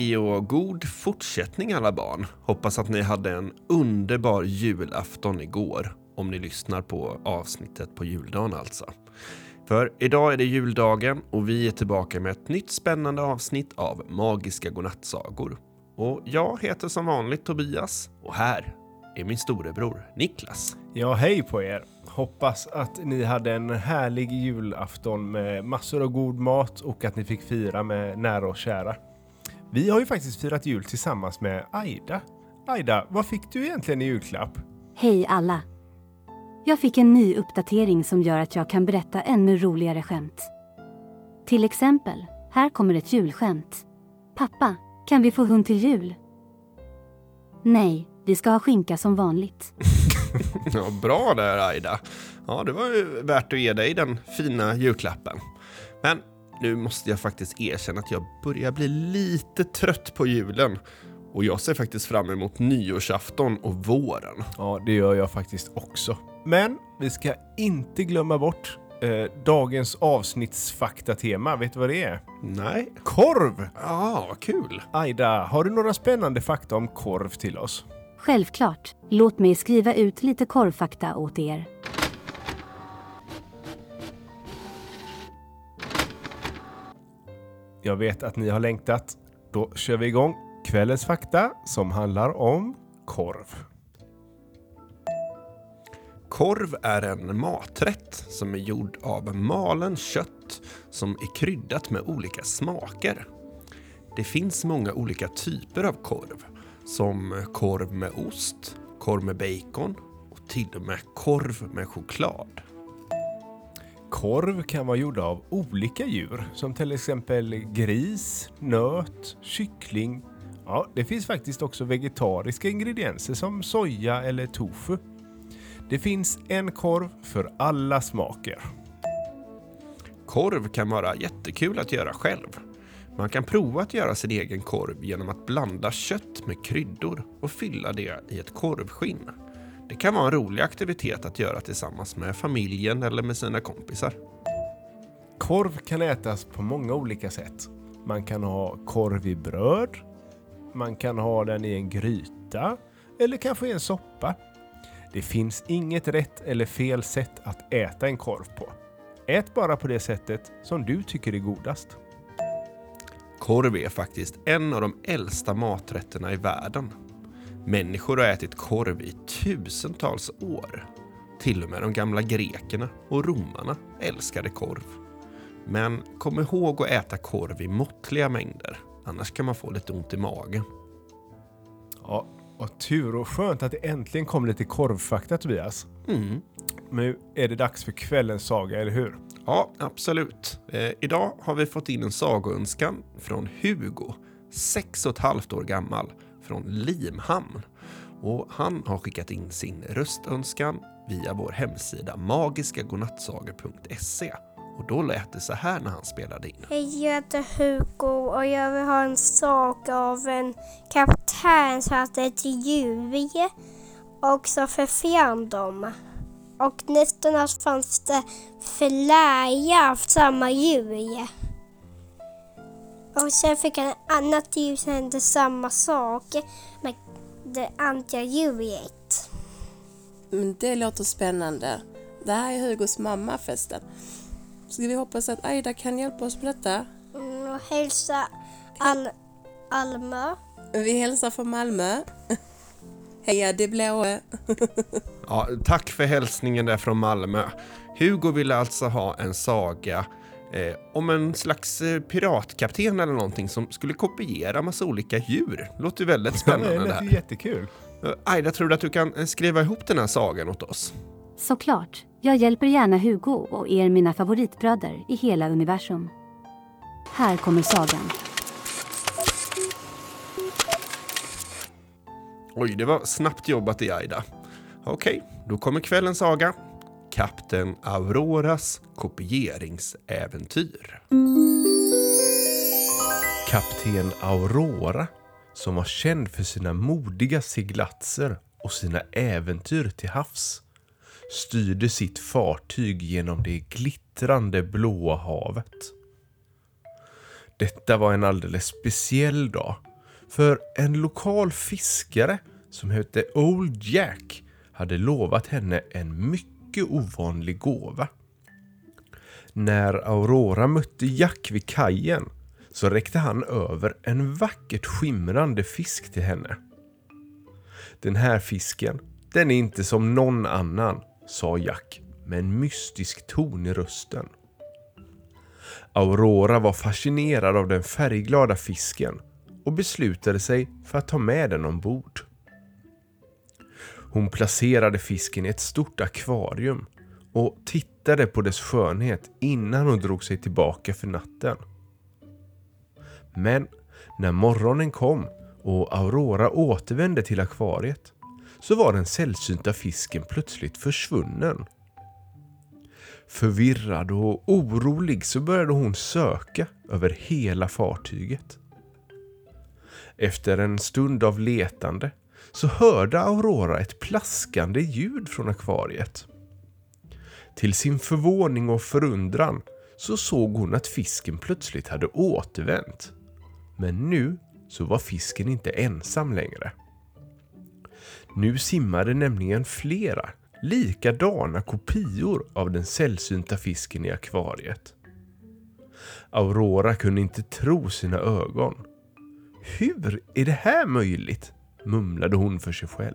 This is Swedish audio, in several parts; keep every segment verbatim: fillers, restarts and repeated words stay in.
Hej och god fortsättning alla barn. Hoppas att ni hade en underbar julafton igår. Om ni lyssnar på avsnittet på juldagen alltså. För idag är det juldagen och vi är tillbaka med ett nytt spännande avsnitt av Magiska godnattsagor. Och jag heter som vanligt Tobias och här är min storebror Niklas. Ja, hej på er. Hoppas att ni hade en härlig julafton med massor av god mat och att ni fick fira med nära och kära. Vi har ju faktiskt firat jul tillsammans med Aida. Aida, vad fick du egentligen i julklapp? Hej alla. Jag fick en ny uppdatering som gör att jag kan berätta ännu roligare skämt. Till exempel, här kommer ett julskämt. Pappa, kan vi få hund till jul? Nej, vi ska ha skinka som vanligt. Ja, bra där Aida. Ja, det var ju värt att ge dig den fina julklappen. Men nu måste jag faktiskt erkänna att jag börjar bli lite trött på julen. Och jag ser faktiskt fram emot nyårsafton och våren. Ja, det gör jag faktiskt också. Men vi ska inte glömma bort eh, dagens avsnittsfaktatema. Vet du vad det är? Nej. Korv! Ja, vad kul. Aida, har du några spännande fakta om korv till oss? Självklart. Låt mig skriva ut lite korvfakta åt er. Jag vet att ni har längtat. Då kör vi igång kvällens fakta som handlar om korv. Korv är en maträtt som är gjord av malen kött som är kryddat med olika smaker. Det finns många olika typer av korv, som korv med ost, korv med bacon och till och med korv med choklad. Korv kan vara gjord av olika djur, som till exempel gris, nöt, kyckling. Ja, det finns faktiskt också vegetariska ingredienser som soja eller tofu. Det finns en korv för alla smaker. Korv kan vara jättekul att göra själv. Man kan prova att göra sin egen korv genom att blanda kött med kryddor och fylla det i ett korvskinn. Det kan vara en rolig aktivitet att göra tillsammans med familjen eller med sina kompisar. Korv kan ätas på många olika sätt. Man kan ha korv i bröd, man kan ha den i en gryta eller kanske i en soppa. Det finns inget rätt eller fel sätt att äta en korv på. Ät bara på det sättet som du tycker är godast. Korv är faktiskt en av de äldsta maträtterna i världen. Människor har ätit korv i tusentals år. Till och med de gamla grekerna och romarna älskade korv. Men kom ihåg att äta korv i måttliga mängder. Annars kan man få lite ont i magen. Ja, och tur och skönt att det äntligen kom lite korvfakta, Tobias. Mm. Nu är det dags för kvällens saga, eller hur? Ja, absolut. Eh, idag har vi fått in en sagoönskan från Hugo, sex och ett halvt år gammal, från Limhamn. Och han har skickat in sin röstönskan via vår hemsida magiska godnattsagor punkt se. Och då lät det så här när han spelade in. Hej, jag heter Hugo och jag vill ha en saga av en kapten som hette Julie och så förfjärn dem. Och nästan fanns det flera av samma Julie. Och sen fick han ett annat djur som hände samma sak med det andra djuret. Men det låter spännande. Det här är Hugos mamma förresten. Ska vi hoppas att Aida kan hjälpa oss med detta? Mm, och hälsa Al- Alma. Vi hälsar från Malmö. Heja, det blå. Ja, tack för hälsningen där från Malmö. Hugo ville alltså ha en saga eh, om en slags eh, piratkapten eller någonting som skulle kopiera massa olika djur. Låter väldigt spännande ja, det det här. är jättekul. Uh, Aida, tror du att du kan eh, skriva ihop den här sagan åt oss? Såklart. Jag hjälper gärna Hugo och er mina favoritbröder i hela universum. Här kommer sagan. Oj, det var snabbt jobbat i Aida. Okej, då kommer kvällens saga. Kapten Auroras kopieringsäventyr. Kapten Aurora, som var känd för sina modiga seglatser och sina äventyr till havs, styrde sitt fartyg genom det glittrande blåa havet. Detta var en alldeles speciell dag, För en lokal fiskare som hette Old Jack hade lovat henne en mycket ovanlig gåva. När Aurora mötte Jack vid kajen så räckte han över en vackert skimrande fisk till henne. Den här fisken, den är inte som någon annan, sa Jack med en mystisk ton i rösten. Aurora var fascinerad av den färgglada fisken och beslutade sig för att ta med den ombord. Hon placerade fisken i ett stort akvarium och tittade på dess skönhet innan hon drog sig tillbaka för natten. Men när morgonen kom och Aurora återvände till akvariet så var den sällsynta fisken plötsligt försvunnen. Förvirrad och orolig så började hon söka över hela fartyget. Efter en stund av letande så hörde Aurora ett plaskande ljud från akvariet. Till sin förvåning och förundran så såg hon att fisken plötsligt hade återvänt. Men nu så var fisken inte ensam längre. Nu simmade nämligen flera likadana kopior av den sällsynta fisken i akvariet. Aurora kunde inte tro sina ögon. Hur är det här möjligt? Mumlade hon för sig själv.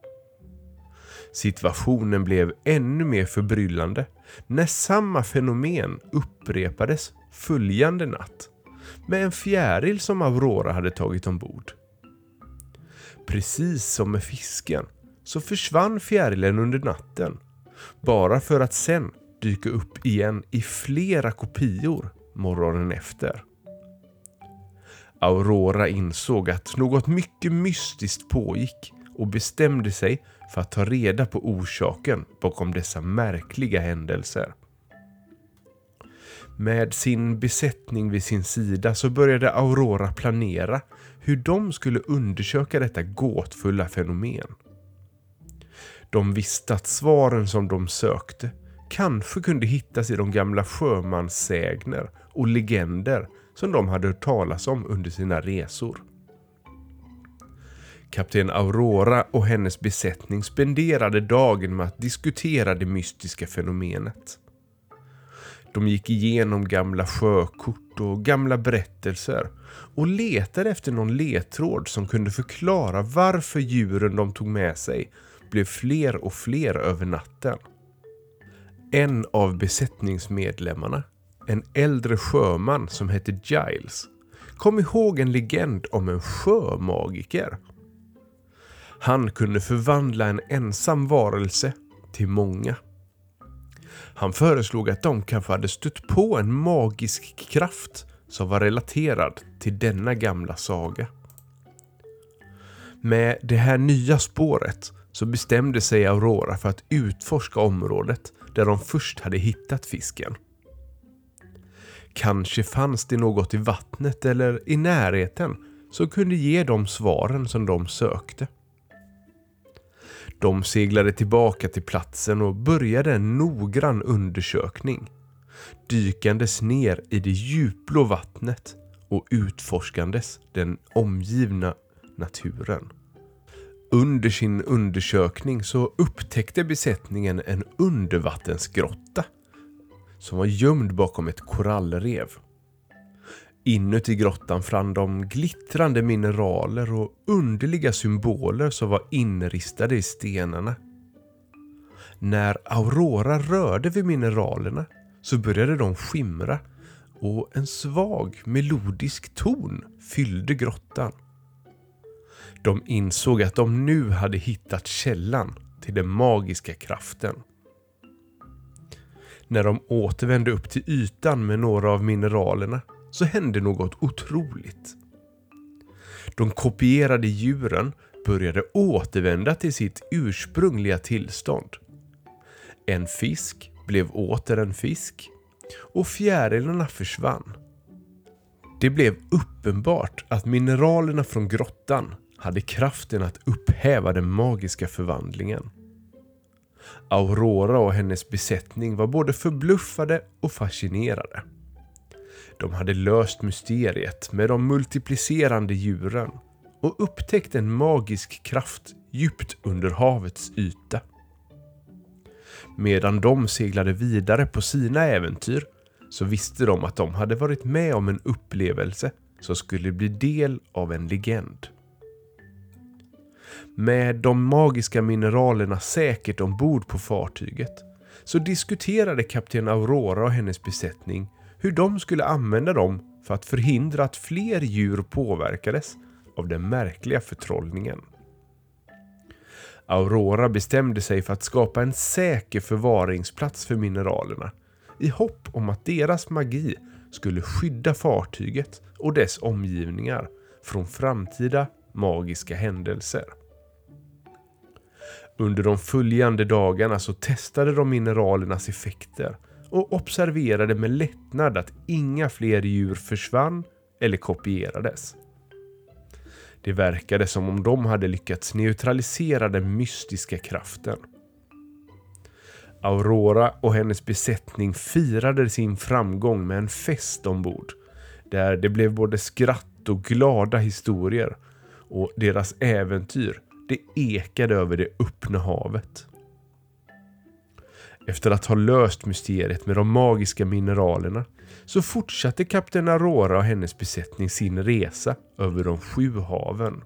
Situationen blev ännu mer förbryllande när samma fenomen upprepades följande natt med en fjäril som Aurora hade tagit ombord. Precis som med fisken så försvann fjärilen under natten, bara för att sen dyka upp igen i flera kopior morgonen efter. Aurora insåg att något mycket mystiskt pågick och bestämde sig för att ta reda på orsaken bakom dessa märkliga händelser. Med sin besättning vid sin sida så började Aurora planera hur de skulle undersöka detta gåtfulla fenomen. De visste att svaren som de sökte kanske kunde hittas i de gamla sjömanssägner och legender som de hade hört talas om under sina resor. Kapten Aurora och hennes besättning spenderade dagen med att diskutera det mystiska fenomenet. De gick igenom gamla sjökort och gamla berättelser och letade efter någon ledtråd som kunde förklara varför djuren de tog med sig blev fler och fler över natten. En av besättningsmedlemmarna, en äldre sjöman som hette Giles, kom ihåg en legend om en sjömagiker. Han kunde förvandla en ensam varelse till många. Han föreslog att de kanske hade stött på en magisk kraft som var relaterad till denna gamla saga. Med det här nya spåret så bestämde sig Aurora för att utforska området där de först hade hittat fisken. Kanske fanns det något i vattnet eller i närheten som kunde ge dem svaren som de sökte. De seglade tillbaka till platsen och började en noggrann undersökning, dykandes ner i det djupblå vattnet och utforskandes den omgivna naturen. Under sin undersökning så upptäckte besättningen en undervattensgrotta som var gömd bakom ett korallrev. Inuti grottan fann de glittrande mineraler och underliga symboler som var inristade i stenarna. När Aurora rörde vid mineralerna så började de skimra och en svag melodisk ton fyllde grottan. De insåg att de nu hade hittat källan till den magiska kraften. När de återvände upp till ytan med några av mineralerna så hände något otroligt. De kopierade djuren började återvända till sitt ursprungliga tillstånd. En fisk blev åter en fisk och fjärilarna försvann. Det blev uppenbart att mineralerna från grottan hade kraften att upphäva den magiska förvandlingen. Aurora och hennes besättning var både förbluffade och fascinerade. De hade löst mysteriet med de multiplicerande djuren och upptäckt en magisk kraft djupt under havets yta. Medan de seglade vidare på sina äventyr så visste de att de hade varit med om en upplevelse som skulle bli del av en legend. Med de magiska mineralerna säkert ombord på fartyget så diskuterade kapten Aurora och hennes besättning hur de skulle använda dem för att förhindra att fler djur påverkades av den märkliga förtrollningen. Aurora bestämde sig för att skapa en säker förvaringsplats för mineralerna i hopp om att deras magi skulle skydda fartyget och dess omgivningar från framtida magiska händelser. Under de följande dagarna så testade de mineralernas effekter och observerade med lättnad att inga fler djur försvann eller kopierades. Det verkade som om de hade lyckats neutralisera den mystiska kraften. Aurora och hennes besättning firade sin framgång med en fest ombord, där det blev både skratt och glada historier, och deras äventyr det ekade över det öppna havet. Efter att ha löst mysteriet med de magiska mineralerna så fortsatte kapten Aurora och hennes besättning sin resa över de sju haven.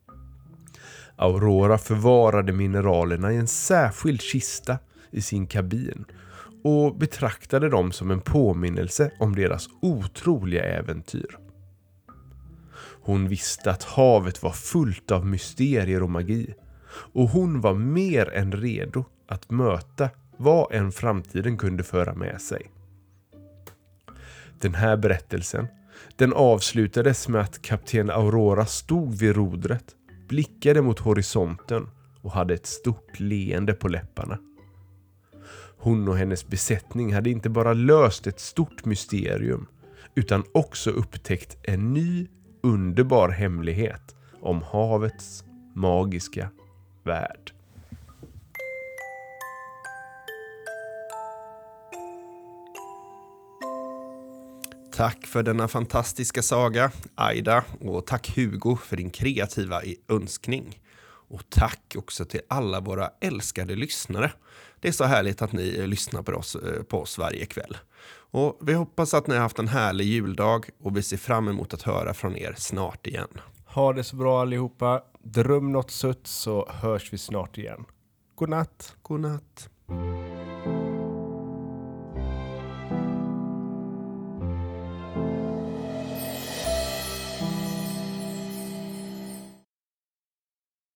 Aurora förvarade mineralerna i en särskild kista i sin kabin och betraktade dem som en påminnelse om deras otroliga äventyr. Hon visste att havet var fullt av mysterier och magi, och hon var mer än redo att möta vad en framtiden kunde föra med sig. Den här berättelsen, den avslutades med att kapten Aurora stod vid rodret, blickade mot horisonten och hade ett stort leende på läpparna. Hon och hennes besättning hade inte bara löst ett stort mysterium utan också upptäckt en ny underbar hemlighet om havets magiska värld. Tack för denna fantastiska saga, Aida, och tack Hugo för din kreativa önskning. Och tack också till alla våra älskade lyssnare. Det är så härligt att ni lyssnar på oss, på oss varje kväll. Och vi hoppas att ni har haft en härlig juldag och vi ser fram emot att höra från er snart igen. Ha det så bra allihopa. Dröm något sött så hörs vi snart igen. God natt. God natt.